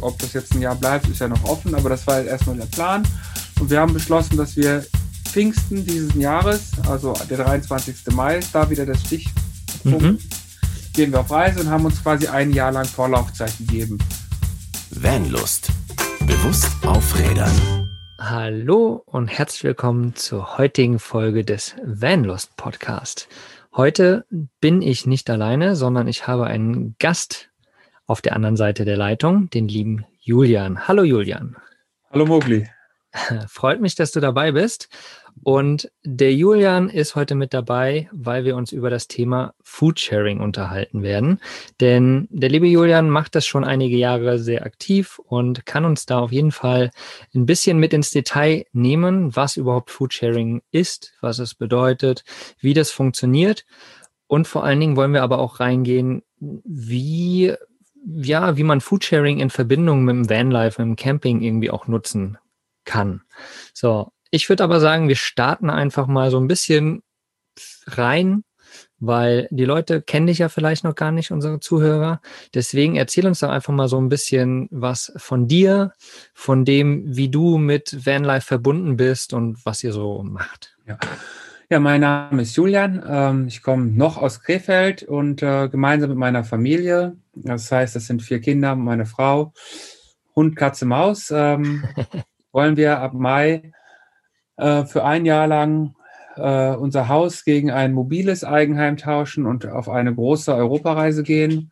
Ob das jetzt ein Jahr bleibt, ist ja noch offen, aber das war jetzt erstmal der Plan. Und wir haben beschlossen, dass wir Pfingsten dieses Jahres, also der 23. Mai, ist da wieder das Stichpunkt, gehen wir auf Reise und haben uns quasi ein Jahr lang Vorlaufzeit gegeben. Vanlust. Bewusst aufrädern. Hallo und herzlich willkommen zur heutigen Folge des Vanlust Podcast. Heute bin ich nicht alleine, sondern ich habe einen Gast auf der anderen Seite der Leitung, den lieben Julian. Hallo Julian. Hallo Mogli. Freut mich, dass du dabei bist. Und der Julian ist heute mit dabei, weil wir uns über das Thema Foodsharing unterhalten werden. Denn der liebe Julian macht das schon einige Jahre sehr aktiv und kann uns da auf jeden Fall ein bisschen mit ins Detail nehmen, was überhaupt Foodsharing ist, was es bedeutet, wie das funktioniert. Und vor allen Dingen wollen wir aber auch reingehen, wie man Foodsharing in Verbindung mit dem Vanlife, mit dem Camping irgendwie auch nutzen kann. So, ich würde aber sagen, wir starten einfach mal so ein bisschen rein, weil die Leute kennen dich ja vielleicht noch gar nicht, unsere Zuhörer. Deswegen erzähl uns doch einfach mal so ein bisschen was von dir, von dem, wie du mit Vanlife verbunden bist und was ihr so macht. Ja, mein Name ist Julian. Ich komme noch aus Krefeld und gemeinsam mit meiner Familie, das heißt, das sind 4 Kinder, meine Frau, Hund, Katze, Maus, wollen wir ab Mai für ein Jahr lang unser Haus gegen ein mobiles Eigenheim tauschen und auf eine große Europareise gehen.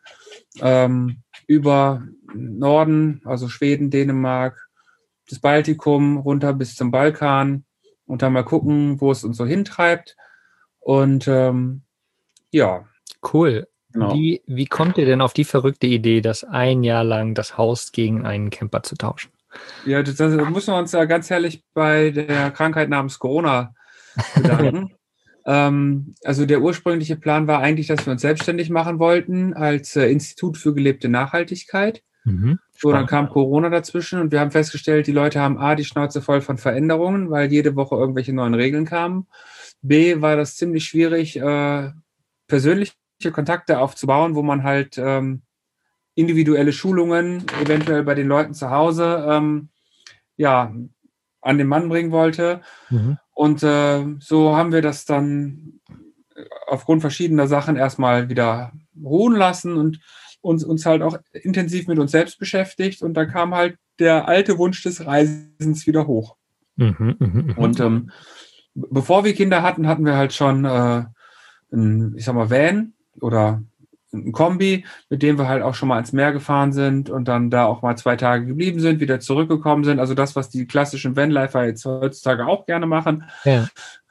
Über Norden, also Schweden, Dänemark, das Baltikum, runter bis zum Balkan und dann mal gucken, wo es uns so hintreibt. Und ja. Cool. Genau. Wie kommt ihr denn auf die verrückte Idee, das ein Jahr lang das Haus gegen einen Camper zu tauschen? Ja, das müssen wir uns ja ganz ehrlich bei der Krankheit namens Corona bedanken. Also der ursprüngliche Plan war eigentlich, dass wir uns selbstständig machen wollten als Institut für gelebte Nachhaltigkeit. So, dann kam Corona dazwischen und wir haben festgestellt, die Leute haben A, die Schnauze voll von Veränderungen, weil jede Woche irgendwelche neuen Regeln kamen. B, war das ziemlich schwierig, persönliche Kontakte aufzubauen, wo man halt individuelle Schulungen eventuell bei den Leuten zu Hause an den Mann bringen wollte. Und so haben wir das dann aufgrund verschiedener Sachen erstmal wieder ruhen lassen und uns halt auch intensiv mit uns selbst beschäftigt. Und dann kam halt der alte Wunsch des Reisens wieder hoch. Und bevor wir Kinder hatten, hatten wir halt schon ein Van oder ein Kombi, mit dem wir halt auch schon mal ans Meer gefahren sind und dann da auch mal 2 Tage geblieben sind, wieder zurückgekommen sind. Also das, was die klassischen Vanlifer jetzt heutzutage auch gerne machen. Ja.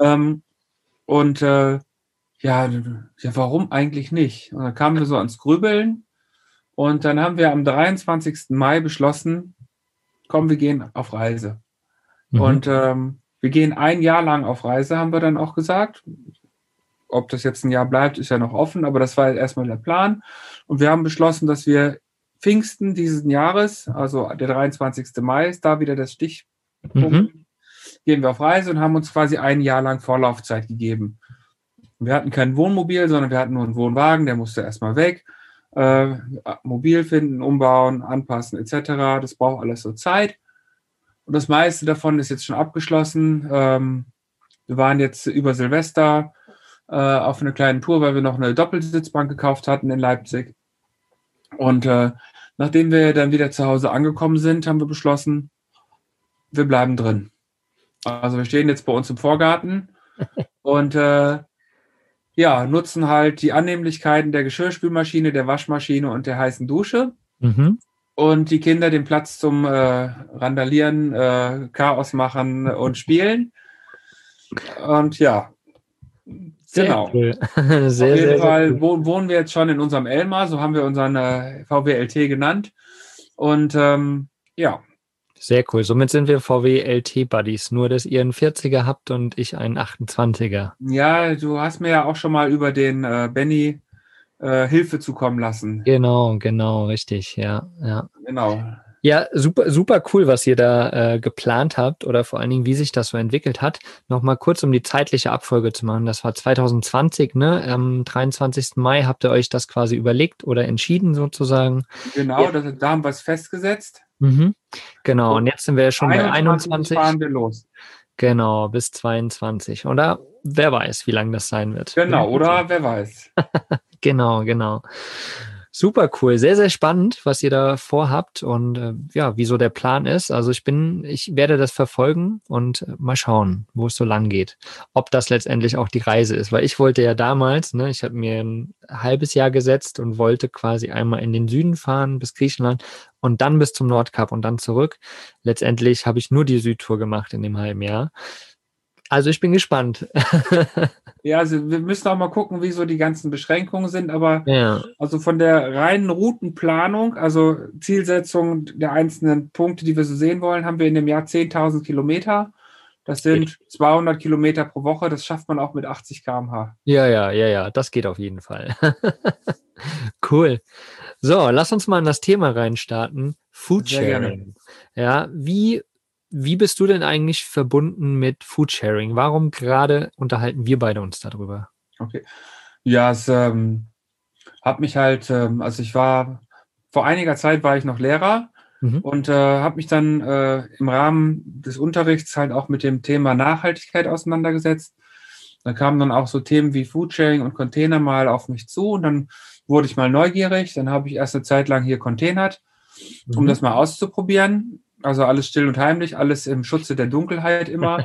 Warum eigentlich nicht? Und dann kamen wir so ans Grübeln und dann haben wir am 23. Mai beschlossen, komm, wir gehen auf Reise. Und wir gehen ein Jahr lang auf Reise, haben wir dann auch gesagt. Ob das jetzt ein Jahr bleibt, ist ja noch offen, aber das war jetzt erstmal der Plan. Und wir haben beschlossen, dass wir Pfingsten dieses Jahres, also der 23. Mai ist da wieder das Stichpunkt, gehen wir auf Reise und haben uns quasi ein Jahr lang Vorlaufzeit gegeben. Wir hatten kein Wohnmobil, sondern wir hatten nur einen Wohnwagen, der musste erstmal weg. Mobil finden, umbauen, anpassen etc. Das braucht alles so Zeit. Und das meiste davon ist jetzt schon abgeschlossen. Wir waren jetzt über Silvester auf einer kleinen Tour, weil wir noch eine Doppelsitzbank gekauft hatten in Leipzig. Und nachdem wir dann wieder zu Hause angekommen sind, haben wir beschlossen, wir bleiben drin. Also wir stehen jetzt bei uns im Vorgarten und nutzen halt die Annehmlichkeiten der Geschirrspülmaschine, der Waschmaschine und der heißen Dusche. Und die Kinder den Platz zum Randalieren, Chaos machen und spielen. Und ja, genau. Cool. Auf jeden Fall wohnen wir jetzt schon in unserem Elmar, so haben wir unseren VW LT genannt. Und Sehr cool. Somit sind wir VW LT Buddies. Nur, dass ihr einen 40er habt und ich einen 28er. Ja, du hast mir ja auch schon mal über den Benny Hilfe zukommen lassen. Genau, richtig, ja. Genau. Ja, super cool, was ihr da geplant habt oder vor allen Dingen, wie sich das so entwickelt hat. Nochmal kurz, um die zeitliche Abfolge zu machen. Das war 2020, ne? Am 23. Mai habt ihr euch das quasi überlegt oder entschieden sozusagen. Genau, da haben wir es festgesetzt. Mhm. Genau, und Und jetzt sind wir ja schon bei 21. fahren wir los. Genau, bis 22. Oder wer weiß, wie lange das sein wird. Genau, oder wer weiß. Genau, genau. Super cool, sehr, sehr spannend, was ihr da vorhabt und ja, wieso der Plan ist. Also ich werde das verfolgen und mal schauen, wo es so lang geht. Ob das letztendlich auch die Reise ist, weil ich wollte ja damals, ne, ich habe mir ein halbes Jahr gesetzt und wollte quasi einmal in den Süden fahren bis Griechenland und dann bis zum Nordkap und dann zurück. Letztendlich habe ich nur die Südtour gemacht in dem halben Jahr. Also ich bin gespannt. Ja, also wir müssen auch mal gucken, wie so die ganzen Beschränkungen sind, aber Ja. also von der reinen Routenplanung, also Zielsetzung der einzelnen Punkte, die wir so sehen wollen, haben wir in dem Jahr 10.000 Kilometer. Das sind 200 Kilometer pro Woche. Das schafft man auch mit 80 km/h. Ja, das geht auf jeden Fall. Cool. So, lass uns mal in das Thema reinstarten. Sehr gerne. Foodsharing. Ja, wie bist du denn eigentlich verbunden mit Foodsharing? Warum gerade unterhalten wir beide uns darüber? Okay. Ja, es hat mich halt, also vor einiger Zeit war ich noch Lehrer und habe mich dann im Rahmen des Unterrichts halt auch mit dem Thema Nachhaltigkeit auseinandergesetzt. Da kamen dann auch so Themen wie Foodsharing und Container mal auf mich zu und dann wurde ich mal neugierig. Dann habe ich erst eine Zeit lang hier containert, um das mal auszuprobieren. Also alles still und heimlich, alles im Schutze der Dunkelheit immer.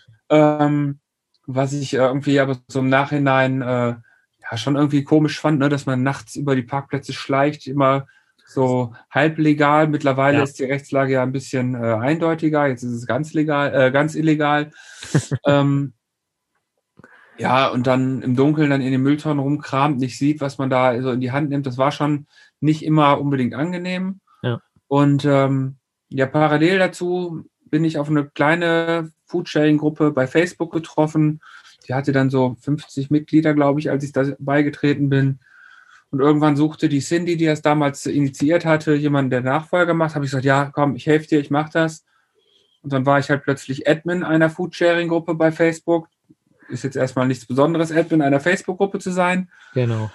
Was ich irgendwie aber so im Nachhinein ja schon irgendwie komisch fand, ne, dass man nachts über die Parkplätze schleicht, immer so halblegal. Mittlerweile ist die Rechtslage ja ein bisschen eindeutiger. Jetzt ist es ganz legal, ganz illegal. Ja, und dann im Dunkeln dann in den Mülltonnen rumkramt, nicht sieht, was man da so in die Hand nimmt. Das war schon nicht immer unbedingt angenehm. Ja. Und ja, parallel dazu bin ich auf eine kleine Foodsharing-Gruppe bei Facebook getroffen. Die hatte dann so 50 Mitglieder, glaube ich, als ich da beigetreten bin. Und irgendwann suchte die Cindy, die das damals initiiert hatte, jemanden, der Nachfolger macht. Habe ich gesagt, ja, komm, ich helfe dir, ich mache das. Und dann war ich halt plötzlich Admin einer Foodsharing-Gruppe bei Facebook. Ist jetzt erstmal nichts Besonderes, Admin einer Facebook-Gruppe zu sein. Genau.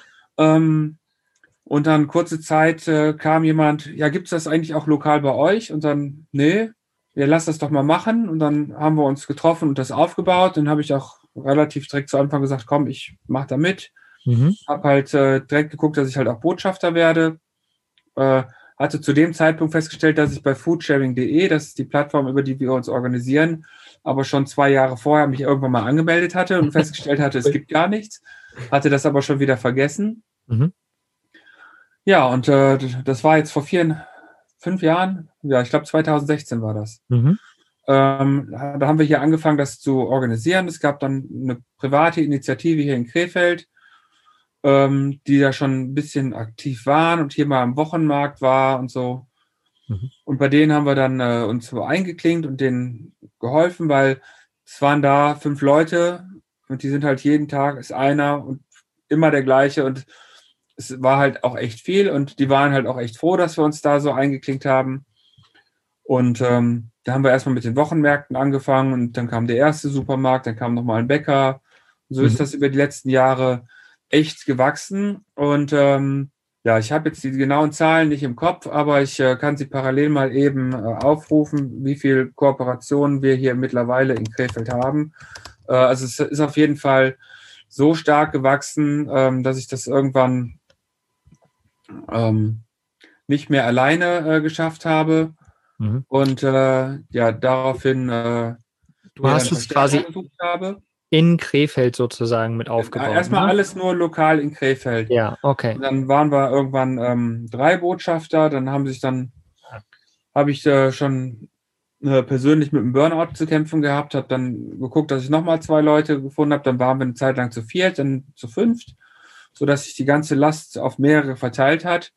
Und dann kurze Zeit kam jemand, ja, gibt es das eigentlich auch lokal bei euch? Und dann, nee, ja, lass das doch mal machen. Und dann haben wir uns getroffen und das aufgebaut. Dann habe ich auch relativ direkt zu Anfang gesagt, komm, ich mache da mit. Habe halt direkt geguckt, dass ich halt auch Botschafter werde. Hatte zu dem Zeitpunkt festgestellt, dass ich bei foodsharing.de, das ist die Plattform, über die wir uns organisieren, aber schon 2 Jahre vorher mich irgendwann mal angemeldet hatte und festgestellt hatte, es gibt gar nichts. Hatte das aber schon wieder vergessen. Ja, und das war jetzt vor 5 Jahren, ja, ich glaube 2016 war das. Da haben wir hier angefangen, das zu organisieren. Es gab dann eine private Initiative hier in Krefeld, die da schon ein bisschen aktiv waren und hier mal am Wochenmarkt war und so. Und bei denen haben wir dann uns so eingeklinkt und denen geholfen, weil es waren da 5 Leute und die sind halt jeden Tag, ist einer und immer der gleiche und es war halt auch echt viel und die waren halt auch echt froh, dass wir uns da so eingeklinkt haben. Und da haben wir erstmal mit den Wochenmärkten angefangen und dann kam der erste Supermarkt, dann kam nochmal ein Bäcker. Und so ist das über die letzten Jahre echt gewachsen. Und ja, ich habe jetzt die genauen Zahlen nicht im Kopf, aber ich kann sie parallel mal eben aufrufen, wie viel Kooperationen wir hier mittlerweile in Krefeld haben. Also es ist auf jeden Fall so stark gewachsen, dass ich das irgendwann nicht mehr alleine geschafft habe. Und ja, daraufhin du hast es quasi in Krefeld sozusagen mit aufgebaut. Erstmal alles nur lokal in Krefeld. Ja, okay. Und dann waren wir irgendwann 3 Botschafter. Dann habe ich schon persönlich mit dem Burnout zu kämpfen gehabt, habe dann geguckt, dass ich nochmal 2 Leute gefunden habe. Dann waren wir eine Zeit lang zu 4, dann zu 5, sodass sich die ganze Last auf mehrere verteilt hat.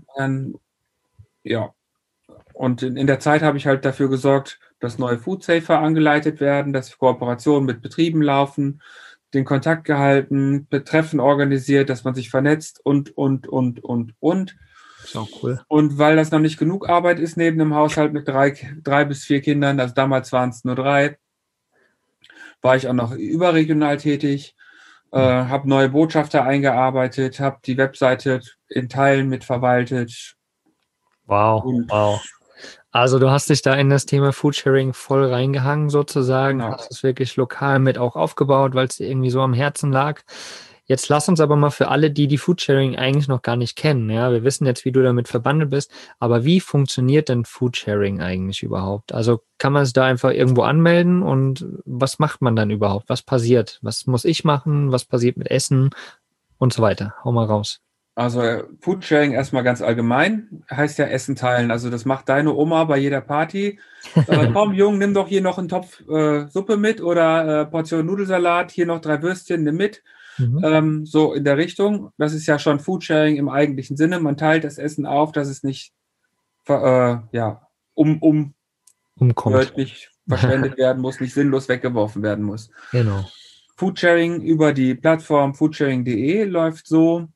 Ja. Und in der Zeit habe ich halt dafür gesorgt, dass neue Foodsafer angeleitet werden, dass Kooperationen mit Betrieben laufen, den Kontakt gehalten, Treffen organisiert, dass man sich vernetzt und. Ist auch cool. Und weil das noch nicht genug Arbeit ist neben dem Haushalt mit 3 bis 4 Kindern, also damals waren es nur 3, war ich auch noch überregional tätig, habe neue Botschafter eingearbeitet, habe die Webseite in Teilen mitverwaltet. Wow. Also du hast dich da in das Thema Foodsharing voll reingehangen sozusagen, Genau. hast es wirklich lokal mit auch aufgebaut, weil es dir irgendwie so am Herzen lag. Jetzt lass uns aber mal für alle, die Foodsharing eigentlich noch gar nicht kennen, ja, wir wissen jetzt, wie du damit verbandelt bist, aber wie funktioniert denn Foodsharing eigentlich überhaupt? Also kann man es da einfach irgendwo anmelden und was macht man dann überhaupt? Was passiert? Was muss ich machen? Was passiert mit Essen und so weiter? Hau mal raus. Also Foodsharing erstmal ganz allgemein, heißt ja Essen teilen. Also das macht deine Oma bei jeder Party. Komm, Jung, nimm doch hier noch einen Topf Suppe mit oder Portion Nudelsalat, hier noch 3 Würstchen, nimm mit. So in der Richtung. Das ist ja schon Foodsharing im eigentlichen Sinne. Man teilt das Essen auf, dass es nicht Umkommt. nicht verschwendet werden muss, nicht sinnlos weggeworfen werden muss. Genau. Foodsharing über die Plattform foodsharing.de läuft so,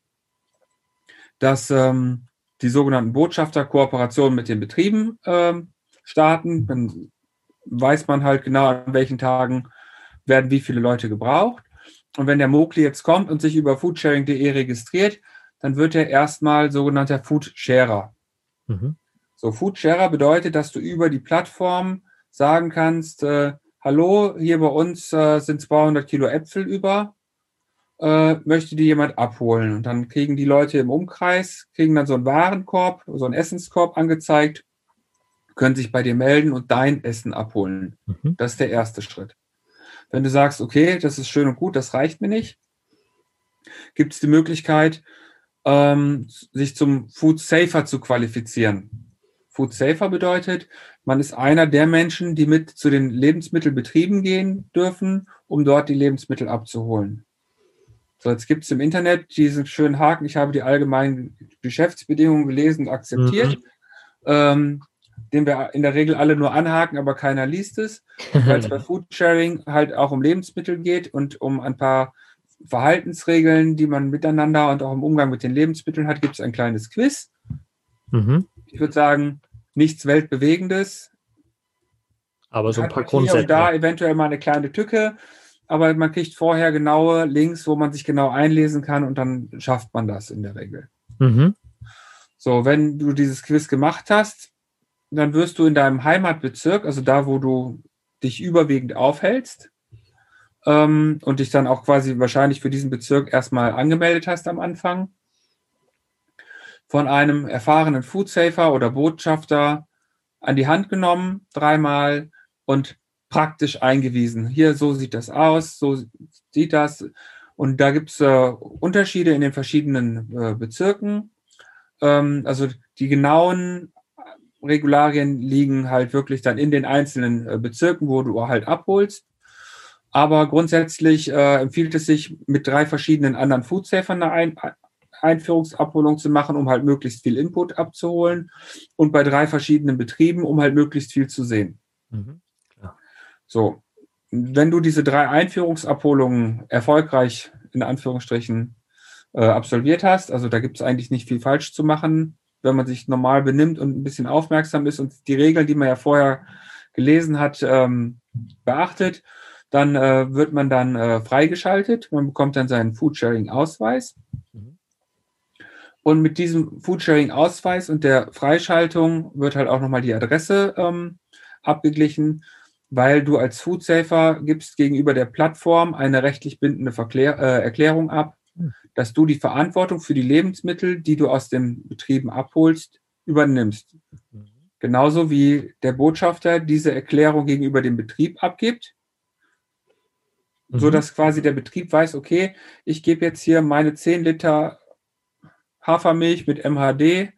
dass die sogenannten Botschafterkooperationen mit den Betrieben starten. Dann weiß man halt genau, an welchen Tagen werden wie viele Leute gebraucht. Und wenn der Mogli jetzt kommt und sich über foodsharing.de registriert, dann wird er erstmal sogenannter Foodsharer. So, Foodsharer bedeutet, dass du über die Plattform sagen kannst, hallo, hier bei uns sind 200 Kilo Äpfel über, möchte die jemand abholen? Und dann kriegen die Leute im Umkreis, kriegen dann so einen Warenkorb, so einen Essenskorb angezeigt, können sich bei dir melden und dein Essen abholen. Das ist der erste Schritt. Wenn du sagst, okay, das ist schön und gut, das reicht mir nicht, gibt es die Möglichkeit, sich zum Food Safer zu qualifizieren. Food Safer bedeutet, man ist einer der Menschen, die mit zu den Lebensmittelbetrieben gehen dürfen, um dort die Lebensmittel abzuholen. So, jetzt gibt es im Internet diesen schönen Haken, ich habe die allgemeinen Geschäftsbedingungen gelesen und akzeptiert, den wir in der Regel alle nur anhaken, aber keiner liest es, weil es bei Foodsharing halt auch um Lebensmittel geht und um ein paar Verhaltensregeln, die man miteinander und auch im Umgang mit den Lebensmitteln hat, gibt es ein kleines Quiz. Ich würde sagen, nichts Weltbewegendes. Aber so ein paar Grundsätze. Hier und da eventuell mal eine kleine Tücke, aber man kriegt vorher genaue Links, wo man sich genau einlesen kann und dann schafft man das in der Regel. So, wenn du dieses Quiz gemacht hast, dann wirst du in deinem Heimatbezirk, also da, wo du dich überwiegend aufhältst und dich dann auch quasi wahrscheinlich für diesen Bezirk erstmal angemeldet hast am Anfang, von einem erfahrenen Foodsafer oder Botschafter an die Hand genommen, 3-mal und praktisch eingewiesen. Hier, so sieht das aus, so sieht das. Und da gibt es Unterschiede in den verschiedenen Bezirken. Also die genauen Regularien liegen halt wirklich dann in den einzelnen Bezirken, wo du halt abholst. Aber grundsätzlich empfiehlt es sich, mit 3 verschiedenen anderen Foodsafern eine Einführungsabholung zu machen, um halt möglichst viel Input abzuholen und bei 3 verschiedenen Betrieben, um halt möglichst viel zu sehen. So, wenn du diese 3 Einführungsabholungen erfolgreich in Anführungsstrichen absolviert hast, also da gibt es eigentlich nicht viel falsch zu machen, wenn man sich normal benimmt und ein bisschen aufmerksam ist und die Regeln, die man ja vorher gelesen hat, beachtet, dann wird man dann freigeschaltet. Man bekommt dann seinen Foodsharing-Ausweis. Und mit diesem Foodsharing-Ausweis und der Freischaltung wird halt auch nochmal die Adresse abgeglichen, weil du als Foodsafer gibst gegenüber der Plattform eine rechtlich bindende Erklärung ab, dass du die Verantwortung für die Lebensmittel, die du aus den Betrieben abholst, übernimmst. Genauso wie der Botschafter diese Erklärung gegenüber dem Betrieb abgibt, sodass quasi der Betrieb weiß, okay, ich gebe jetzt hier meine 10 Liter Hafermilch mit MHD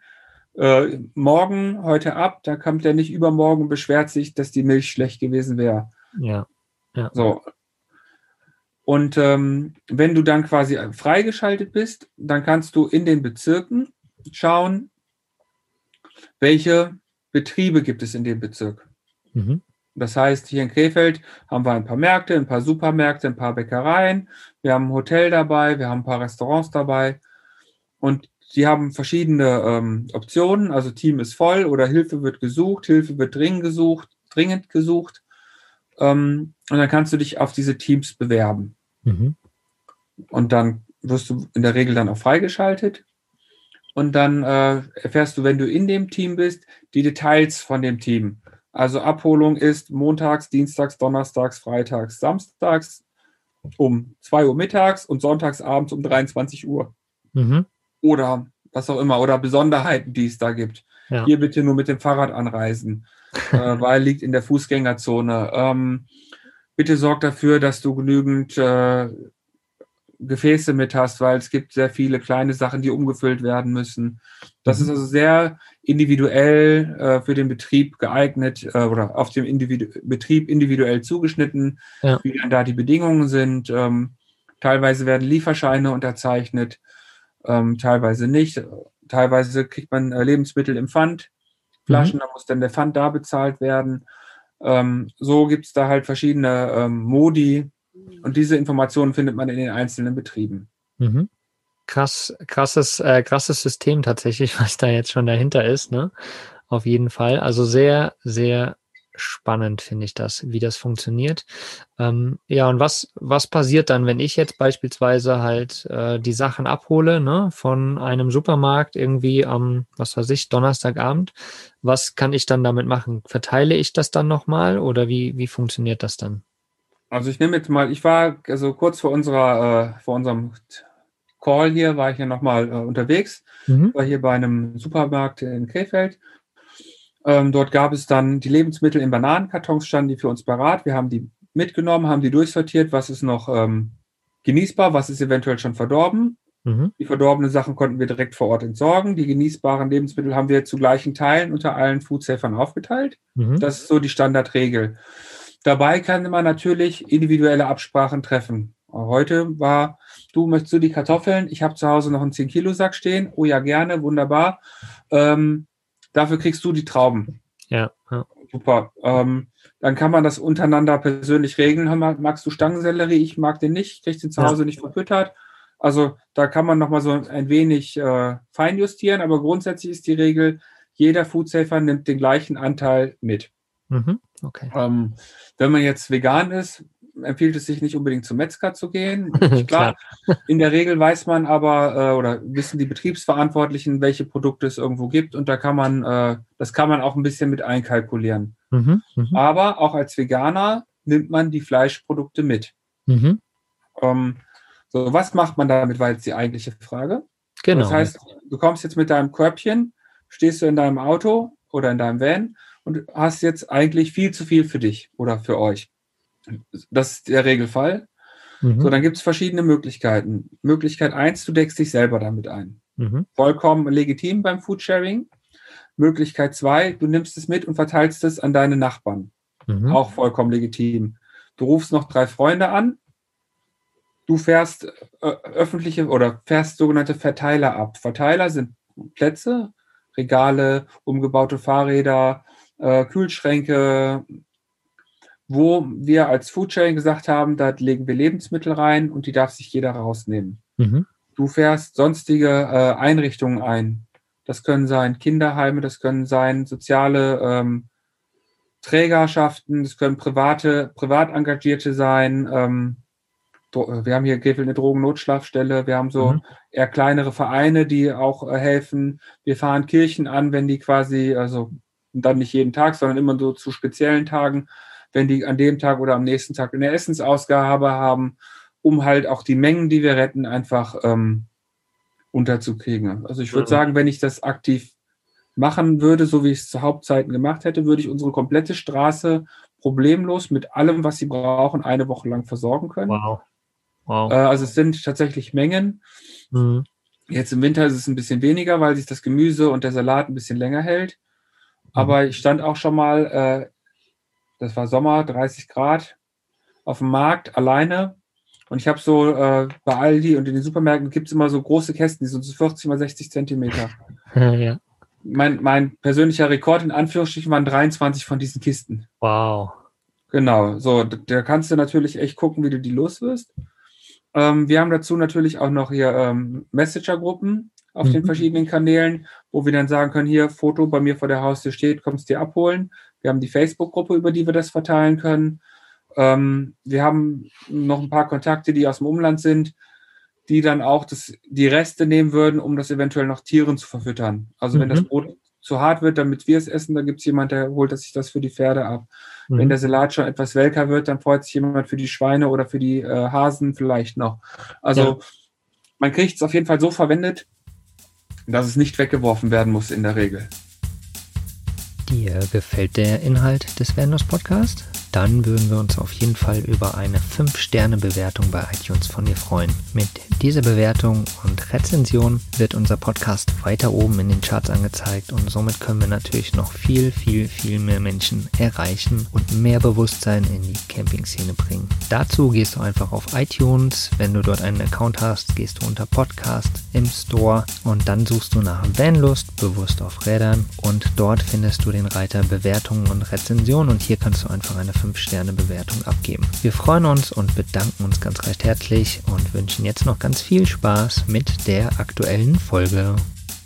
heute ab, da kommt er nicht übermorgen und beschwert sich, dass die Milch schlecht gewesen wäre. Ja. So. Und wenn du dann quasi freigeschaltet bist, dann kannst du in den Bezirken schauen, welche Betriebe gibt es in dem Bezirk. Das heißt, hier in Krefeld haben wir ein paar Märkte, ein paar Supermärkte, ein paar Bäckereien, wir haben ein Hotel dabei, wir haben ein paar Restaurants dabei und die haben verschiedene Optionen, also Team ist voll oder Hilfe wird gesucht, Hilfe wird dringend gesucht. Und dann kannst du dich auf diese Teams bewerben. Und dann wirst du in der Regel dann auch freigeschaltet. und dann erfährst du, wenn du in dem Team bist, die Details von dem Team. Also Abholung ist montags, dienstags, donnerstags, freitags, samstags um 2 Uhr mittags und sonntags abends um 23 Uhr. Mhm. Oder was auch immer. Oder Besonderheiten, die es da gibt. Ja. Hier bitte nur mit dem Fahrrad anreisen, weil liegt in der Fußgängerzone. Bitte sorg dafür, dass du genügend Gefäße mit hast, weil es gibt sehr viele kleine Sachen, die umgefüllt werden müssen. Das ist also sehr individuell für den Betrieb geeignet oder auf den Betrieb individuell zugeschnitten, wie dann da die Bedingungen sind. Teilweise werden Lieferscheine unterzeichnet, teilweise nicht. Teilweise kriegt man Lebensmittel im Pfand, Flaschen, da muss dann der Pfand da bezahlt werden. So gibt es da halt verschiedene Modi, und diese Informationen findet man in den einzelnen Betrieben. Mhm. Krasses System tatsächlich, was da jetzt schon dahinter ist, ne? Auf jeden Fall. Also sehr, sehr spannend finde ich das, wie das funktioniert. Ja, und was passiert dann, wenn ich jetzt beispielsweise halt die Sachen abhole, ne, von einem Supermarkt irgendwie am, was weiß ich, Donnerstagabend? Was kann ich dann damit machen? Verteile ich das dann nochmal oder wie funktioniert das dann? Also ich nehme jetzt mal, ich war also kurz vor unserem Call hier, war ich ja nochmal unterwegs, war hier bei einem Supermarkt in Krefeld. Dort gab es dann die Lebensmittel in Bananenkartons, standen die für uns parat. Wir haben die mitgenommen, haben die durchsortiert, was ist noch genießbar, was ist eventuell schon verdorben. Die verdorbenen Sachen konnten wir direkt vor Ort entsorgen. Die genießbaren Lebensmittel haben wir zu gleichen Teilen unter allen Foodsafern aufgeteilt. Das ist so die Standardregel. Dabei kann man natürlich individuelle Absprachen treffen. Heute war, möchtest du die Kartoffeln? Ich habe zu Hause noch einen 10-Kilo-Sack stehen. Oh ja, gerne, wunderbar. Dafür kriegst du die Trauben. Ja. Super. Dann kann man das untereinander persönlich regeln. Hör mal, magst du Stangensellerie? Ich mag den nicht. Ich kriege den zu Hause nicht verfüttert. Also da kann man nochmal so ein wenig feinjustieren. Aber grundsätzlich ist die Regel, jeder Foodsafer nimmt den gleichen Anteil mit. Okay. Wenn man jetzt vegan ist, empfiehlt es sich nicht unbedingt zum Metzger zu gehen. Klar, in der Regel weiß man aber oder wissen die Betriebsverantwortlichen, welche Produkte es irgendwo gibt, und da kann man, das kann man auch ein bisschen mit einkalkulieren. Aber auch als Veganer nimmt man die Fleischprodukte mit. So, was macht man damit, war jetzt die eigentliche Frage. Genau. Das heißt, du kommst jetzt mit deinem Körbchen, stehst du in deinem Auto oder in deinem Van und hast jetzt eigentlich viel zu viel für dich oder für euch. Das ist der Regelfall. So, dann gibt es verschiedene Möglichkeiten. Möglichkeit 1, du deckst dich selber damit ein. Vollkommen legitim beim Foodsharing. Möglichkeit 2, du nimmst es mit und verteilst es an deine Nachbarn. Auch vollkommen legitim. Du rufst noch 3 Freunde an. Du fährst fährst sogenannte Verteiler ab. Verteiler sind Plätze, Regale, umgebaute Fahrräder, Kühlschränke, wo wir als Foodsharing gesagt haben, da legen wir Lebensmittel rein und die darf sich jeder rausnehmen. Du fährst sonstige Einrichtungen ein. Das können sein Kinderheime, das können sein soziale Trägerschaften, das können privat Engagierte sein. Wir haben hier Krefeld eine Drogennotschlafstelle, wir haben so eher kleinere Vereine, die auch helfen. Wir fahren Kirchen an, wenn die quasi, also dann nicht jeden Tag, sondern immer so zu speziellen Tagen, wenn die an dem Tag oder am nächsten Tag eine Essensausgabe haben, um halt auch die Mengen, die wir retten, einfach unterzukriegen. Also ich würde sagen, wenn ich das aktiv machen würde, so wie ich es zu Hauptzeiten gemacht hätte, würde ich unsere komplette Straße problemlos mit allem, was sie brauchen, eine Woche lang versorgen können. Wow. Also es sind tatsächlich Mengen. Jetzt im Winter ist es ein bisschen weniger, weil sich das Gemüse und der Salat ein bisschen länger hält. Aber ich stand auch schon mal, das war Sommer, 30 Grad, auf dem Markt alleine. Und ich habe so bei Aldi und in den Supermärkten gibt es immer so große Kästen, die sind so 40 mal 60 Zentimeter. Ja. Mein persönlicher Rekord in Anführungsstrichen waren 23 von diesen Kisten. Wow. Genau, so, da kannst du natürlich echt gucken, wie du die los wirst. Wir haben dazu natürlich auch noch hier Messenger-Gruppen auf den verschiedenen Kanälen, wo wir dann sagen können, hier, Foto bei mir vor der Haustür steht, kommst dir abholen. Wir haben die Facebook-Gruppe, über die wir das verteilen können. Wir haben noch ein paar Kontakte, die aus dem Umland sind. die dann auch die Reste nehmen würden, um das eventuell noch Tieren zu verfüttern. Also wenn das Brot zu hart wird, damit wir es essen, dann gibt es jemand, der holt sich das für die Pferde ab. Wenn der Salat schon etwas welker wird, dann freut sich jemand für die Schweine oder für die Hasen vielleicht noch. Also man kriegt es auf jeden Fall so verwendet, dass es nicht weggeworfen werden muss in der Regel. Dir gefällt der Inhalt des Vanlust Podcast? Dann würden wir uns auf jeden Fall über eine 5-Sterne-Bewertung bei iTunes von dir freuen. Mit dieser Bewertung und Rezension wird unser Podcast weiter oben in den Charts angezeigt und somit können wir natürlich noch viel, viel, viel mehr Menschen erreichen und mehr Bewusstsein in die Camping-Szene bringen. Dazu gehst du einfach auf iTunes. Wenn du dort einen Account hast, gehst du unter Podcast im Store und dann suchst du nach Vanlust, bewusst auf Rädern, und dort findest du den Reiter Bewertungen und Rezensionen und hier kannst du einfach eine 5-Sterne-Bewertung abgeben. Wir freuen uns und bedanken uns ganz recht herzlich und wünschen jetzt noch ganz viel Spaß mit der aktuellen Folge.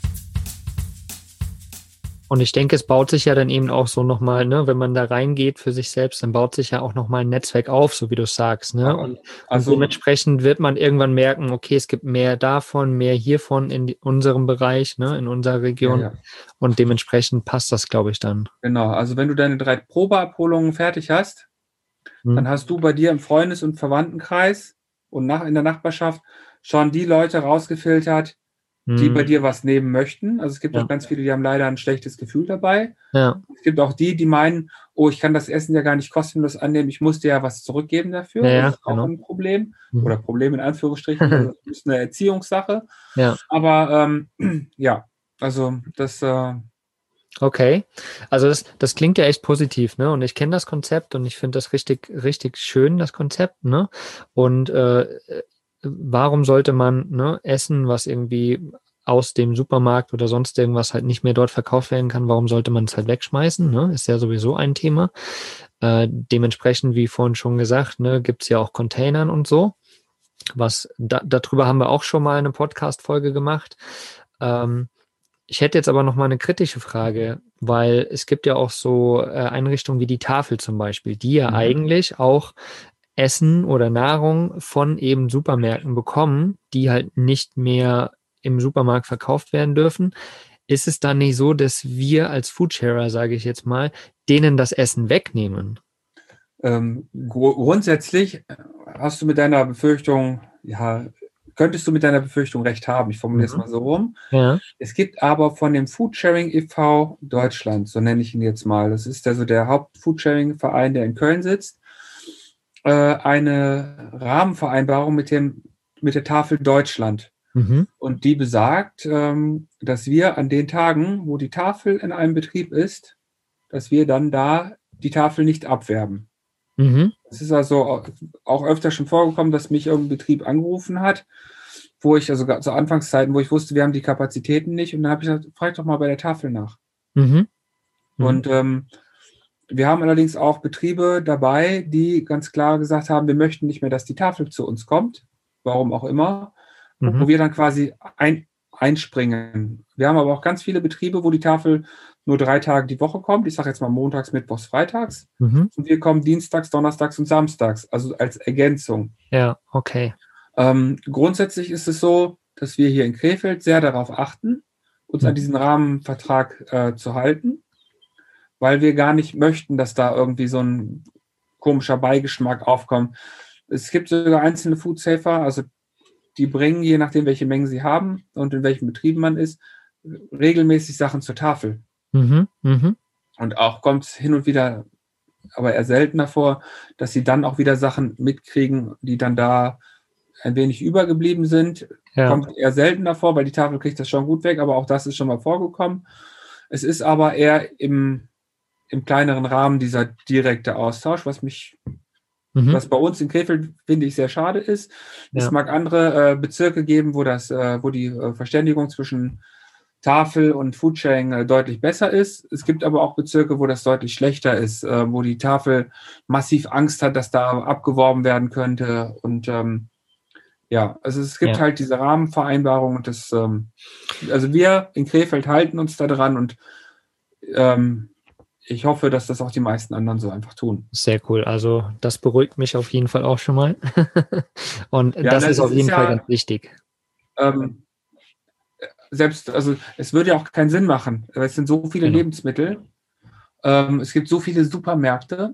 Und ich denke, es baut sich ja dann eben auch so nochmal, ne, wenn man da reingeht für sich selbst, dann baut sich ja auch nochmal ein Netzwerk auf, so wie du sagst. Ne? Und dementsprechend wird man irgendwann merken, okay, es gibt mehr davon, mehr hiervon in unserem Bereich, ne, in unserer Region. Ja. Und dementsprechend passt das, glaube ich, dann. Genau, also wenn du deine 3 Probeabholungen fertig hast, dann hast du bei dir im Freundes- und Verwandtenkreis und in der Nachbarschaft schon die Leute rausgefiltert, die bei dir was nehmen möchten. Also es gibt auch ganz viele, die haben leider ein schlechtes Gefühl dabei. Ja. Es gibt auch die meinen, oh, ich kann das Essen ja gar nicht kostenlos annehmen, ich muss dir ja was zurückgeben dafür. Ja, das ist auch ein Problem. Oder Problem in Anführungsstrichen. Das ist eine Erziehungssache. Ja. Aber also das... Okay, also das klingt ja echt positiv, ne? Und ich kenne das Konzept und ich finde das richtig, richtig schön, das Konzept, ne? Und warum sollte man Essen, was irgendwie aus dem Supermarkt oder sonst irgendwas halt nicht mehr dort verkauft werden kann, warum sollte man es halt wegschmeißen? Ne? Ist ja sowieso ein Thema. Dementsprechend, wie vorhin schon gesagt, ne, gibt es ja auch Containern und so. Darüber haben wir auch schon mal eine Podcast-Folge gemacht. Ich hätte jetzt aber noch mal eine kritische Frage, weil es gibt ja auch so Einrichtungen wie die Tafel zum Beispiel, die ja eigentlich auch Essen oder Nahrung von eben Supermärkten bekommen, die halt nicht mehr im Supermarkt verkauft werden dürfen. Ist es dann nicht so, dass wir als Foodsharer, sage ich jetzt mal, denen das Essen wegnehmen? Grundsätzlich könntest du mit deiner Befürchtung recht haben. Ich formuliere es mal so rum. Ja. Es gibt aber von dem Foodsharing e.V. Deutschland, so nenne ich ihn jetzt mal, das ist also der Haupt-Foodsharing-Verein, der in Köln sitzt, eine Rahmenvereinbarung mit der Tafel Deutschland. Und die besagt, dass wir an den Tagen, wo die Tafel in einem Betrieb ist, dass wir dann da die Tafel nicht abwerben. Es ist also auch öfter schon vorgekommen, dass mich irgendein Betrieb angerufen hat, wo ich, also zu Anfangszeiten, wo ich wusste, wir haben die Kapazitäten nicht, und dann habe ich gesagt, frag doch mal bei der Tafel nach. Und wir haben allerdings auch Betriebe dabei, die ganz klar gesagt haben, wir möchten nicht mehr, dass die Tafel zu uns kommt, warum auch immer, wo wir dann quasi einspringen. Wir haben aber auch ganz viele Betriebe, wo die Tafel nur 3 Tage die Woche kommt. Ich sage jetzt mal montags, mittwochs, freitags. Und wir kommen dienstags, donnerstags und samstags, also als Ergänzung. Ja, okay. Grundsätzlich ist es so, dass wir hier in Krefeld sehr darauf achten, uns an diesen Rahmenvertrag zu halten, weil wir gar nicht möchten, dass da irgendwie so ein komischer Beigeschmack aufkommt. Es gibt sogar einzelne Foodsafer, also die bringen, je nachdem, welche Mengen sie haben und in welchem Betrieb man ist, regelmäßig Sachen zur Tafel. Und auch kommt es hin und wieder, aber eher seltener vor, dass sie dann auch wieder Sachen mitkriegen, die dann da ein wenig übergeblieben sind. Ja. Kommt eher seltener vor, weil die Tafel kriegt das schon gut weg, aber auch das ist schon mal vorgekommen. Es ist aber eher im kleineren Rahmen dieser direkte Austausch, was bei uns in Krefeld, finde ich, sehr schade ist. Ja. Es mag andere Bezirke geben, wo die Verständigung zwischen Tafel und Foodsharing deutlich besser ist. Es gibt aber auch Bezirke, wo das deutlich schlechter ist, wo die Tafel massiv Angst hat, dass da abgeworben werden könnte. Und also es gibt halt diese Rahmenvereinbarung, und also wir in Krefeld halten uns da dran, und ich hoffe, dass das auch die meisten anderen so einfach tun. Sehr cool. Also das beruhigt mich auf jeden Fall auch schon mal. Und Ja, das ist es auf jeden ist Fall ja ganz wichtig. ähm, selbst, also es würde ja auch keinen Sinn machen. Es sind so viele Genau. Lebensmittel, es gibt so viele Supermärkte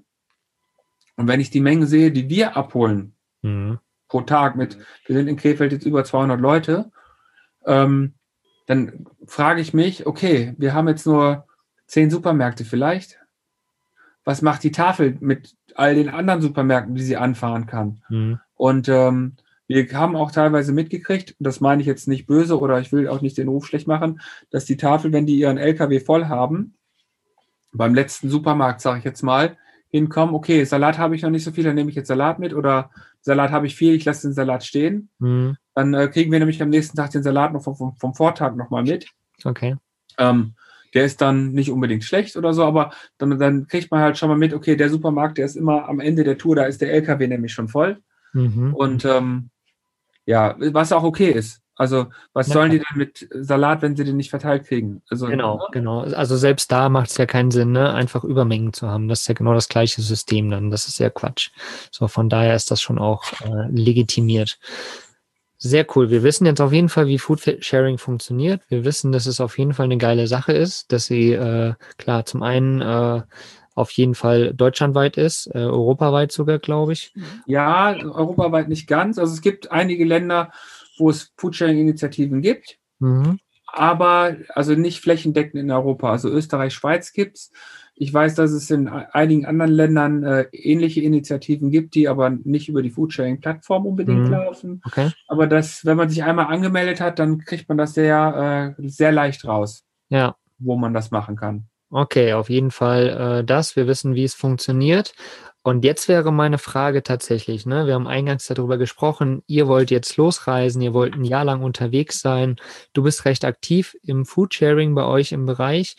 und wenn ich die Menge sehe, die wir abholen Mhm. pro Tag wir sind in Krefeld jetzt über 200 Leute, dann frage ich mich, okay, wir haben jetzt nur 10 Supermärkte vielleicht. Was macht die Tafel mit all den anderen Supermärkten, die sie anfahren kann? Mhm. Und wir haben auch teilweise mitgekriegt, das meine ich jetzt nicht böse oder ich will auch nicht den Ruf schlecht machen, dass die Tafel, wenn die ihren LKW voll haben, beim letzten Supermarkt, sage ich jetzt mal, hinkommen, okay, Salat habe ich noch nicht so viel, dann nehme ich jetzt Salat mit oder Salat habe ich viel, ich lasse den Salat stehen. Mhm. Dann kriegen wir nämlich am nächsten Tag den Salat noch vom Vortag nochmal mit. Okay. Der ist dann nicht unbedingt schlecht oder so, aber dann kriegt man halt schon mal mit, okay, der Supermarkt, der ist immer am Ende der Tour, da ist der LKW nämlich schon voll. Mhm. Und ja, was auch okay ist. Also, was Na sollen die klar. denn mit Salat, wenn sie den nicht verteilt kriegen? Also, Genau, genau. Also selbst da macht es ja keinen Sinn, ne, einfach Übermengen zu haben. Das ist ja genau das gleiche System dann. Das ist ja Quatsch. So, von daher ist das schon auch legitimiert. Sehr cool. Wir wissen jetzt auf jeden Fall, wie Foodsharing funktioniert. Wir wissen, dass es auf jeden Fall eine geile Sache ist, dass sie, klar, zum einen auf jeden Fall deutschlandweit ist, europaweit sogar, glaube ich. ja, europaweit nicht ganz. Also es gibt einige Länder, wo es Foodsharing-Initiativen gibt, Mhm. aber also nicht flächendeckend in Europa. Also Österreich, Schweiz gibt es. Ich weiß, dass es in einigen anderen Ländern ähnliche Initiativen gibt, die aber nicht über die Foodsharing-Plattform unbedingt laufen. Okay. Aber wenn man sich einmal angemeldet hat, dann kriegt man das sehr, sehr leicht raus, Ja. wo man das machen kann. Okay, auf jeden Fall das. Wir wissen, wie es funktioniert. Und jetzt wäre meine Frage tatsächlich, ne? Wir haben eingangs darüber gesprochen, ihr wollt jetzt losreisen, ihr wollt ein Jahr lang unterwegs sein. Du bist recht aktiv im Foodsharing bei euch im Bereich.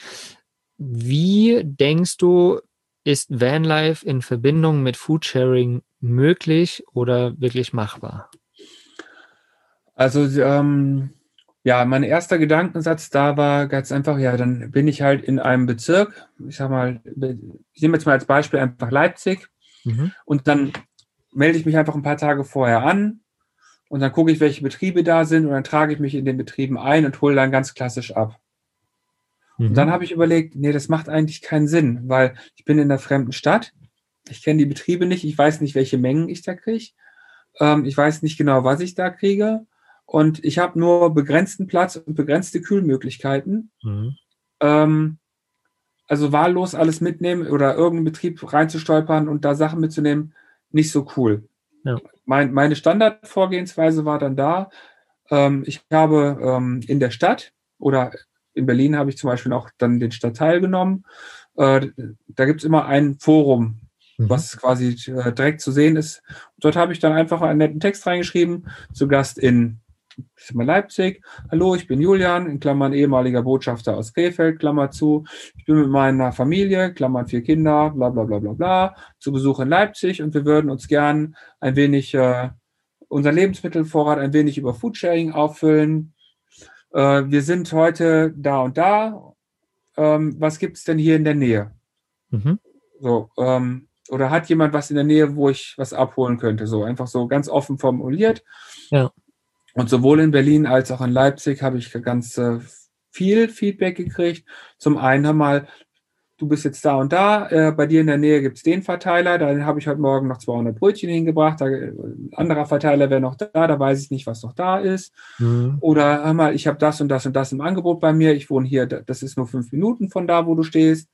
Wie denkst du, ist Vanlife in Verbindung mit Foodsharing möglich oder wirklich machbar? Also, ja, mein erster Gedankensatz da war ganz einfach, ja, dann bin ich halt in einem Bezirk, ich sag mal, ich nehme jetzt mal als Beispiel einfach Leipzig Mhm. und dann melde ich mich einfach ein paar Tage vorher an und dann gucke ich, welche Betriebe da sind und dann trage ich mich in den Betrieben ein und hole dann ganz klassisch ab. Und dann Mhm. habe ich überlegt, nee, das macht eigentlich keinen Sinn, weil ich bin in einer fremden Stadt, ich kenne die Betriebe nicht, ich weiß nicht, welche Mengen ich da kriege, ich weiß nicht genau, was ich da kriege und ich habe nur begrenzten Platz und begrenzte Kühlmöglichkeiten. Mhm. Also wahllos alles mitnehmen oder irgendeinen Betrieb reinzustolpern und da Sachen mitzunehmen, nicht so cool. Ja. Meine Standardvorgehensweise war dann da, ich habe in der Stadt oder in Berlin habe ich zum Beispiel auch dann den Stadtteil genommen. Da gibt es immer ein Forum, Mhm. was quasi direkt zu sehen ist. Dort habe ich dann einfach einen netten Text reingeschrieben, zu Gast in Leipzig. Hallo, ich bin Julian, in Klammern ehemaliger Botschafter aus Krefeld, Klammer zu. Ich bin mit meiner Familie, Klammern 4 Kinder, bla bla bla bla bla, zu Besuch in Leipzig und wir würden uns gern ein wenig unseren Lebensmittelvorrat ein wenig über Foodsharing auffüllen. Wir sind heute da und da. Was gibt es denn hier in der Nähe? Mhm. So, oder hat jemand was in der Nähe, wo ich was abholen könnte? So einfach so ganz offen formuliert. Ja. Und sowohl in Berlin als auch in Leipzig habe ich ganz viel Feedback gekriegt. Zum einen einmal, du bist jetzt da und da, bei dir in der Nähe gibt es den Verteiler, da habe ich heute Morgen noch 200 Brötchen hingebracht, ein anderer Verteiler wäre noch da weiß ich nicht, was noch da ist. Mhm. Oder hör mal, ich habe das und das und das im Angebot bei mir, ich wohne hier, das ist nur 5 Minuten von da, wo du stehst.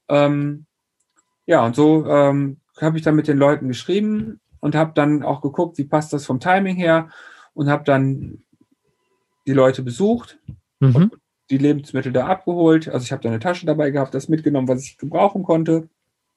Ja, und so habe ich dann mit den Leuten geschrieben und habe dann auch geguckt, wie passt das vom Timing her und habe dann die Leute besucht, Mhm. die Lebensmittel da abgeholt. Also ich habe da eine Tasche dabei gehabt, das mitgenommen, was ich gebrauchen konnte.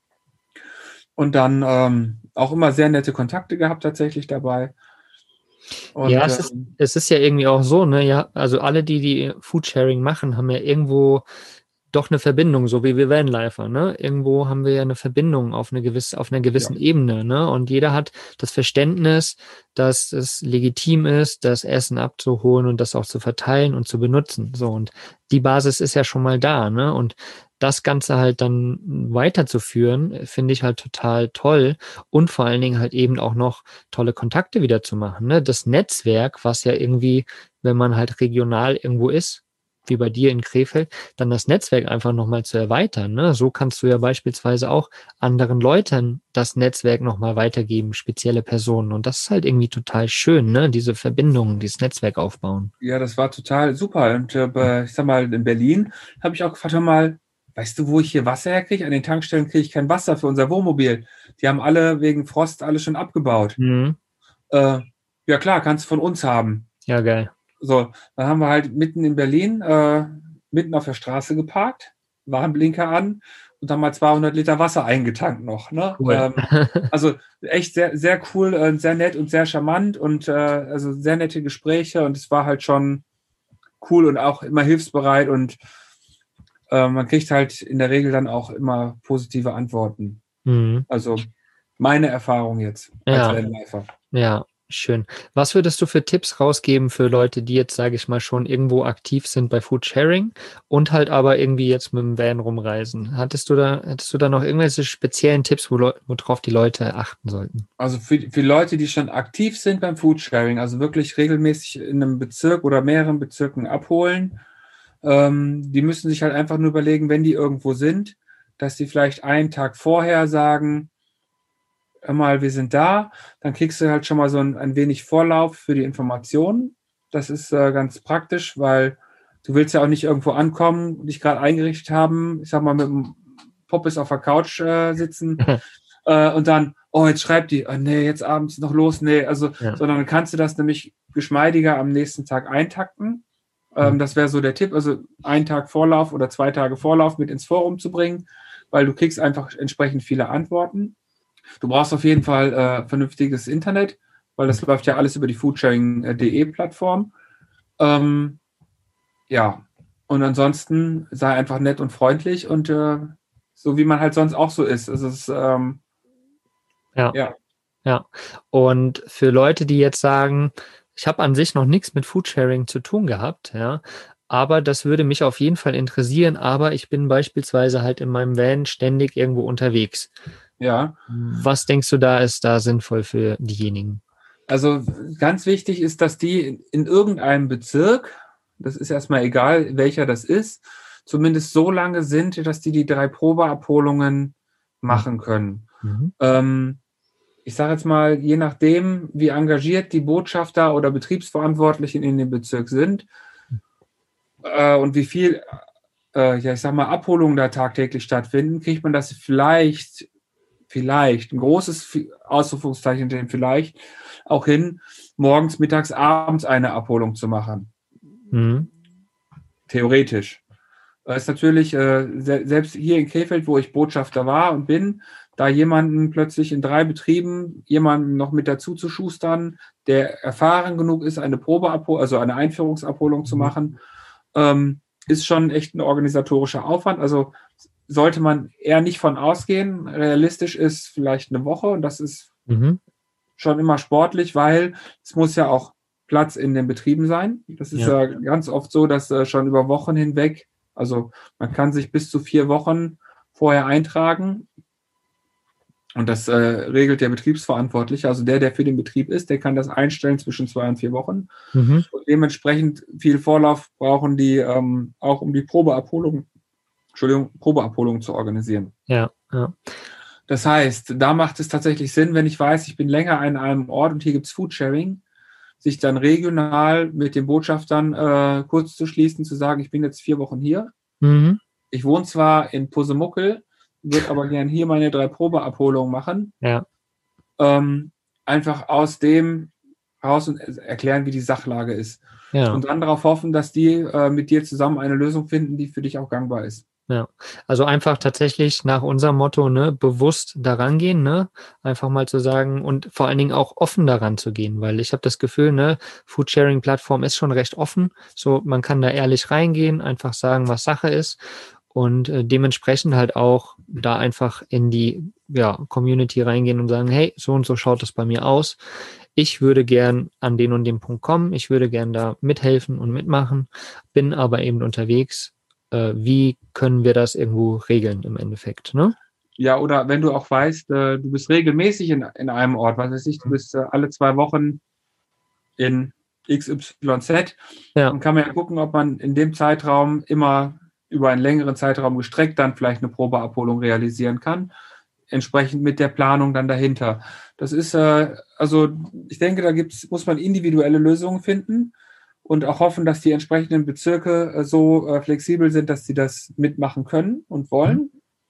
Und dann auch immer sehr nette Kontakte gehabt tatsächlich dabei. Und, ja, es ist ja irgendwie auch so, ne? Ja, also alle, die Foodsharing machen, haben ja irgendwo doch eine Verbindung, so wie wir Vanlifer, ne? Irgendwo haben wir ja eine Verbindung auf einer gewissen Ebene, ne? Und jeder hat das Verständnis, dass es legitim ist, das Essen abzuholen und das auch zu verteilen und zu benutzen. So, und die Basis ist ja schon mal da, ne? Und das Ganze halt dann weiterzuführen, finde ich halt total toll und vor allen Dingen halt eben auch noch tolle Kontakte wieder zu machen. Ne? Das Netzwerk, was ja irgendwie, wenn man halt regional irgendwo ist, wie bei dir in Krefeld, dann das Netzwerk einfach nochmal zu erweitern. Ne? So kannst du ja beispielsweise auch anderen Leuten das Netzwerk nochmal weitergeben, spezielle Personen. Und das ist halt irgendwie total schön, ne? Diese Verbindungen, dieses Netzwerk aufbauen. Ja, das war total super. Und ich sag mal, in Berlin habe ich auch gefragt, hör mal, weißt du, wo ich hier Wasser herkriege? An den Tankstellen kriege ich kein Wasser für unser Wohnmobil. Die haben alle wegen Frost alles schon abgebaut. Mhm. Ja klar, kannst du von uns haben. Ja, geil. So, dann haben wir halt mitten in Berlin, mitten auf der Straße geparkt, Warnblinker an und dann mal 200 Liter Wasser eingetankt noch. Ne? Cool. Also echt sehr, sehr cool, sehr nett und sehr charmant und also sehr nette Gespräche und es war halt schon cool und auch immer hilfsbereit und man kriegt halt in der Regel dann auch immer positive Antworten. Mhm. Also meine Erfahrung jetzt als Vanlifer. Ja, schön. Was würdest du für Tipps rausgeben für Leute, die jetzt, sage ich mal, schon irgendwo aktiv sind bei Foodsharing und halt aber irgendwie jetzt mit dem Van rumreisen? Hättest du da noch irgendwelche speziellen Tipps, worauf die Leute achten sollten? Also für Leute, die schon aktiv sind beim Foodsharing, also wirklich regelmäßig in einem Bezirk oder mehreren Bezirken abholen, die müssen sich halt einfach nur überlegen, wenn die irgendwo sind, dass sie vielleicht einen Tag vorher sagen, hör mal, wir sind da, dann kriegst du halt schon mal so ein wenig Vorlauf für die Informationen. Das ist ganz praktisch, weil du willst ja auch nicht irgendwo ankommen, dich gerade eingerichtet haben, ich sag mal mit dem Poppes auf der Couch sitzen und dann, oh, jetzt schreibt die, oh, nee, jetzt abends noch los, nee, also, sondern dann kannst du das nämlich geschmeidiger am nächsten Tag eintakten. Das wäre so der Tipp, also einen Tag Vorlauf oder 2 Tage Vorlauf mit ins Forum zu bringen, weil du kriegst einfach entsprechend viele Antworten. Du brauchst auf jeden Fall vernünftiges Internet, weil das läuft ja alles über die Foodsharing.de Plattform. Ja, und ansonsten sei einfach nett und freundlich und so wie man halt sonst auch so ist. Also es ist, Ja. Und für Leute, die jetzt sagen, ich habe an sich noch nichts mit Foodsharing zu tun gehabt, ja, aber das würde mich auf jeden Fall interessieren, aber ich bin beispielsweise halt in meinem Van ständig irgendwo unterwegs. Ja. Was denkst du, da ist da sinnvoll für diejenigen? Also ganz wichtig ist, dass die in irgendeinem Bezirk, das ist erstmal egal, welcher das ist, zumindest so lange sind, dass die 3 Probeabholungen machen können. Mhm. Ich sage jetzt mal, je nachdem, wie engagiert die Botschafter oder Betriebsverantwortlichen in dem Bezirk sind und wie viel, ich sag mal, Abholungen da tagtäglich stattfinden, kriegt man das vielleicht, ein großes Ausrufungszeichen, vielleicht auch hin, morgens, mittags, abends eine Abholung zu machen. Mhm. Theoretisch. Das ist natürlich, selbst hier in Krefeld, wo ich Botschafter war und bin, da jemanden plötzlich in 3 Betrieben, jemanden noch mit dazu zu schustern, der erfahren genug ist, eine also eine Einführungsabholung zu machen, ist schon echt ein organisatorischer Aufwand. Also sollte man eher nicht von ausgehen. Realistisch ist vielleicht eine Woche und das ist schon immer sportlich, weil es muss ja auch Platz in den Betrieben sein. Das ist ja ganz oft so, dass schon über Wochen hinweg, also man kann sich bis zu 4 Wochen vorher eintragen und das regelt der Betriebsverantwortliche, also der für den Betrieb ist, der kann das einstellen zwischen 2 und 4 Wochen. Und dementsprechend viel Vorlauf brauchen die auch, um die Probeabholung zu organisieren. Ja. Das heißt, da macht es tatsächlich Sinn, wenn ich weiß, ich bin länger an einem Ort und hier gibt es Foodsharing, sich dann regional mit den Botschaftern kurz zu schließen, zu sagen, ich bin jetzt 4 Wochen hier. Ich wohne zwar in Pusemuckel, würde aber gern hier meine 3 Probeabholungen machen. Ja. Einfach aus dem raus und erklären, wie die Sachlage ist. Ja. Und dann darauf hoffen, dass die mit dir zusammen eine Lösung finden, die für dich auch gangbar ist. Ja, also einfach tatsächlich nach unserem Motto, ne, bewusst daran gehen, ne, einfach mal zu sagen und vor allen Dingen auch offen daran zu gehen, weil ich habe das Gefühl, ne, Foodsharing-Plattform ist schon recht offen, so man kann da ehrlich reingehen, einfach sagen, was Sache ist und dementsprechend halt auch da einfach in die Community reingehen und sagen, hey, so und so schaut das bei mir aus. Ich würde gern an den und den Punkt kommen, ich würde gern da mithelfen und mitmachen, bin aber eben unterwegs. wie können wir das irgendwo regeln im Endeffekt, ne? Ja, oder wenn du auch weißt, du bist regelmäßig in einem Ort, was weiß ich, du bist alle 2 Wochen in XYZ, Ja. dann kann man ja gucken, ob man in dem Zeitraum immer über einen längeren Zeitraum gestreckt dann vielleicht eine Probeabholung realisieren kann, entsprechend mit der Planung dann dahinter. Das ist, also ich denke, da muss man individuelle Lösungen finden und auch hoffen, dass die entsprechenden Bezirke so flexibel sind, dass sie das mitmachen können und wollen.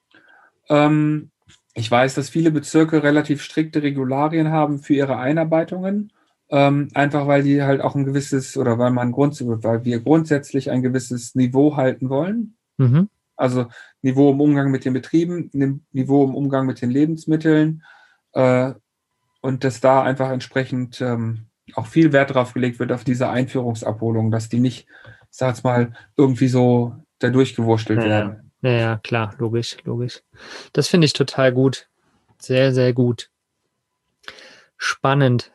Ich weiß, dass viele Bezirke relativ strikte Regularien haben für ihre Einarbeitungen, einfach weil die halt auch ein gewisses oder weil wir grundsätzlich ein gewisses Niveau halten wollen. Mhm. Also Niveau im Umgang mit den Betrieben, Niveau im Umgang mit den Lebensmitteln und dass da einfach entsprechend auch viel Wert drauf gelegt wird auf diese Einführungsabholung, dass die nicht, ich sag jetzt mal, irgendwie so da durchgewurstelt werden. Ja, klar, logisch. Das finde ich total gut. Sehr, sehr gut. Spannend.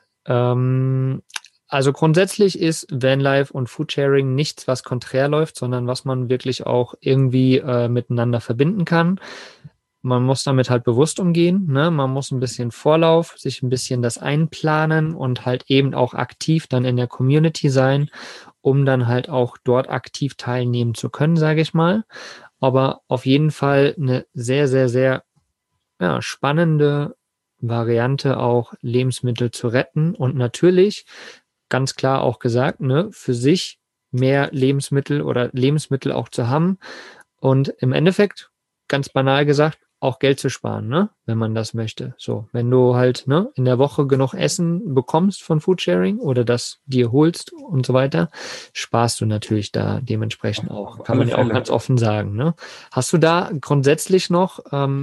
Also grundsätzlich ist Vanlife und Foodsharing nichts, was konträr läuft, sondern was man wirklich auch irgendwie miteinander verbinden kann. Man muss damit halt bewusst umgehen, ne? Man muss ein bisschen Vorlauf, sich ein bisschen das einplanen und halt eben auch aktiv dann in der Community sein, um dann halt auch dort aktiv teilnehmen zu können, sage ich mal. Aber auf jeden Fall eine sehr, sehr, sehr spannende Variante, auch Lebensmittel zu retten und natürlich ganz klar auch gesagt, ne, für sich mehr Lebensmittel oder Lebensmittel auch zu haben und im Endeffekt, ganz banal gesagt, auch Geld zu sparen, ne, wenn man das möchte. So, wenn du halt, ne, in der Woche genug Essen bekommst von Foodsharing oder das dir holst und so weiter, sparst du natürlich da dementsprechend auch. Kann man ja auch ganz offen sagen, ne. Hast du da grundsätzlich noch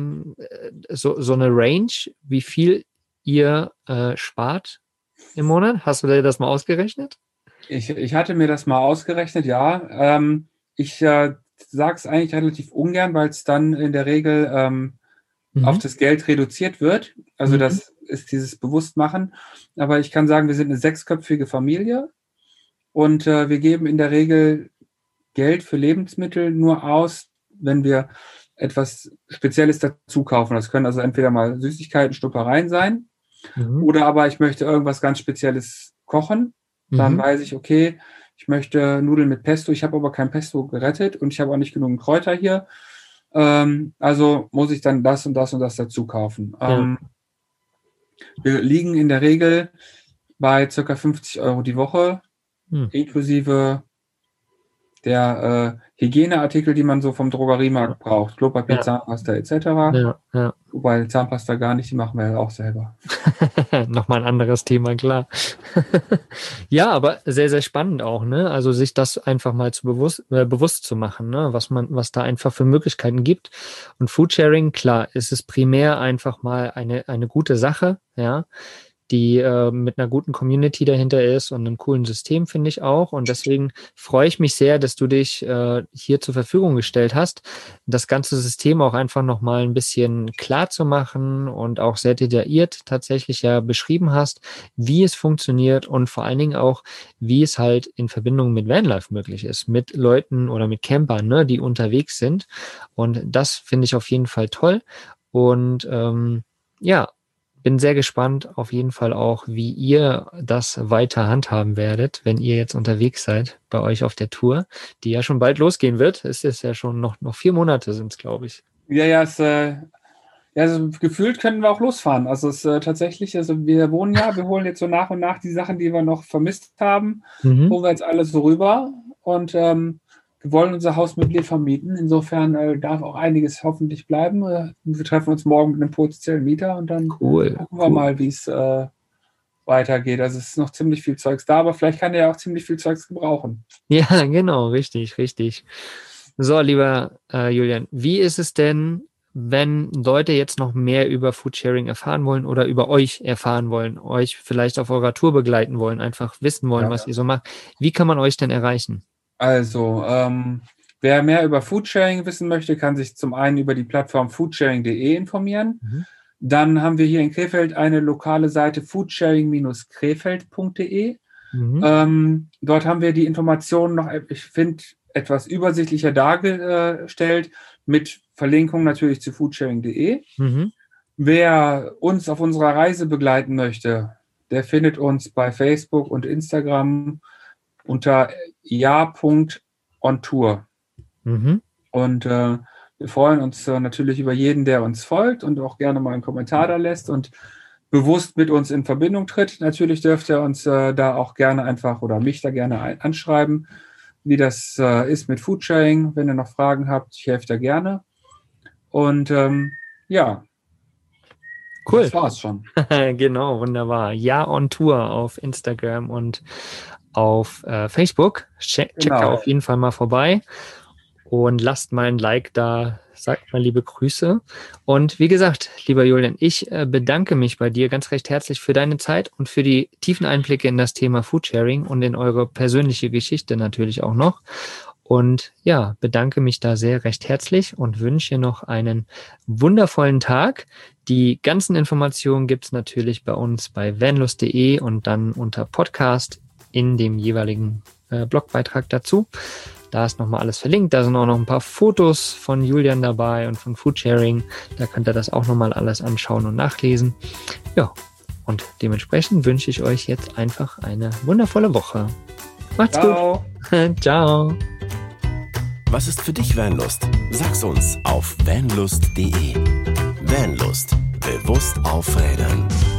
so eine Range, wie viel ihr spart im Monat? Hast du dir das mal ausgerechnet? Ich hatte mir das mal ausgerechnet, ja. Ich sage es eigentlich relativ ungern, weil es dann in der Regel auf das Geld reduziert wird. Also das ist dieses Bewusstmachen. Aber ich kann sagen, wir sind eine 6-köpfige Familie und wir geben in der Regel Geld für Lebensmittel nur aus, wenn wir etwas Spezielles dazu kaufen. Das können also entweder mal Süßigkeiten, Stuppereien sein oder aber ich möchte irgendwas ganz Spezielles kochen. Dann weiß ich, okay, ich möchte Nudeln mit Pesto, ich habe aber kein Pesto gerettet und ich habe auch nicht genug Kräuter hier. Also muss ich dann das und das und das dazu kaufen. Wir liegen in der Regel bei ca. 50 Euro die Woche, inklusive der Hygieneartikel, die man so vom Drogeriemarkt braucht. Klopapier, Zahnpasta etc. Wobei Zahnpasta gar nicht, die machen wir ja auch selber. Nochmal ein anderes Thema, klar. Ja, aber sehr, sehr spannend auch, ne? Also sich das einfach mal bewusst zu machen, ne? Was da einfach für Möglichkeiten gibt. Und Foodsharing, klar, ist es primär einfach mal eine gute Sache, ja, die mit einer guten Community dahinter ist und einem coolen System, finde ich auch. Und deswegen freue ich mich sehr, dass du dich hier zur Verfügung gestellt hast, das ganze System auch einfach nochmal ein bisschen klar zu machen und auch sehr detailliert tatsächlich ja beschrieben hast, wie es funktioniert und vor allen Dingen auch, wie es halt in Verbindung mit Vanlife möglich ist, mit Leuten oder mit Campern, ne, die unterwegs sind. Und das finde ich auf jeden Fall toll. Und bin sehr gespannt auf jeden Fall auch, wie ihr das weiter handhaben werdet, wenn ihr jetzt unterwegs seid bei euch auf der Tour, die ja schon bald losgehen wird. Es ist ja schon noch 4 Monate sind es, glaube ich. Ja, also gefühlt können wir auch losfahren. Also es ist tatsächlich, also wir holen jetzt so nach und nach die Sachen, die wir noch vermisst haben, holen wir jetzt alles so rüber und wir wollen unser Haus mit Leer vermieten. Insofern darf auch einiges hoffentlich bleiben. Wir treffen uns morgen mit einem potenziellen Mieter und dann gucken wir mal, wie es weitergeht. Also es ist noch ziemlich viel Zeugs da, aber vielleicht kann er ja auch ziemlich viel Zeugs gebrauchen. Ja, genau, richtig. So, lieber Julian, wie ist es denn, wenn Leute jetzt noch mehr über Foodsharing erfahren wollen oder über euch erfahren wollen, euch vielleicht auf eurer Tour begleiten wollen, einfach wissen wollen, was ihr so macht? Wie kann man euch denn erreichen? Also, wer mehr über Foodsharing wissen möchte, kann sich zum einen über die Plattform foodsharing.de informieren. Dann haben wir hier in Krefeld eine lokale Seite foodsharing-krefeld.de. Dort haben wir die Informationen noch, ich finde, etwas übersichtlicher dargestellt, mit Verlinkung natürlich zu foodsharing.de. Wer uns auf unserer Reise begleiten möchte, der findet uns bei Facebook und Instagram unter ja.ontour. Und wir freuen uns natürlich über jeden, der uns folgt und auch gerne mal einen Kommentar da lässt und bewusst mit uns in Verbindung tritt. Natürlich dürft ihr uns da auch gerne einfach oder mich da gerne anschreiben, wie das ist mit Foodsharing. Wenn ihr noch Fragen habt, ich helfe da gerne. Und ja, cool. Das war's schon. Genau, wunderbar. Ja on Tour auf Instagram und auf Facebook. Checkt da auf jeden Fall mal vorbei und lasst mal ein Like da. Sagt mal liebe Grüße. Und wie gesagt, lieber Julian, ich bedanke mich bei dir ganz recht herzlich für deine Zeit und für die tiefen Einblicke in das Thema Foodsharing und in eure persönliche Geschichte natürlich auch noch. Und ja, bedanke mich da sehr recht herzlich und wünsche noch einen wundervollen Tag. Die ganzen Informationen gibt es natürlich bei uns bei vanlust.de und dann unter Podcast in dem jeweiligen Blogbeitrag dazu. Da ist nochmal alles verlinkt. Da sind auch noch ein paar Fotos von Julian dabei und von Foodsharing. Da könnt ihr das auch nochmal alles anschauen und nachlesen. Ja, und dementsprechend wünsche ich euch jetzt einfach eine wundervolle Woche. Macht's gut. Ciao. Was ist für dich Vanlust? Sag's uns auf vanlust.de. Vanlust. Bewusst aufrädern.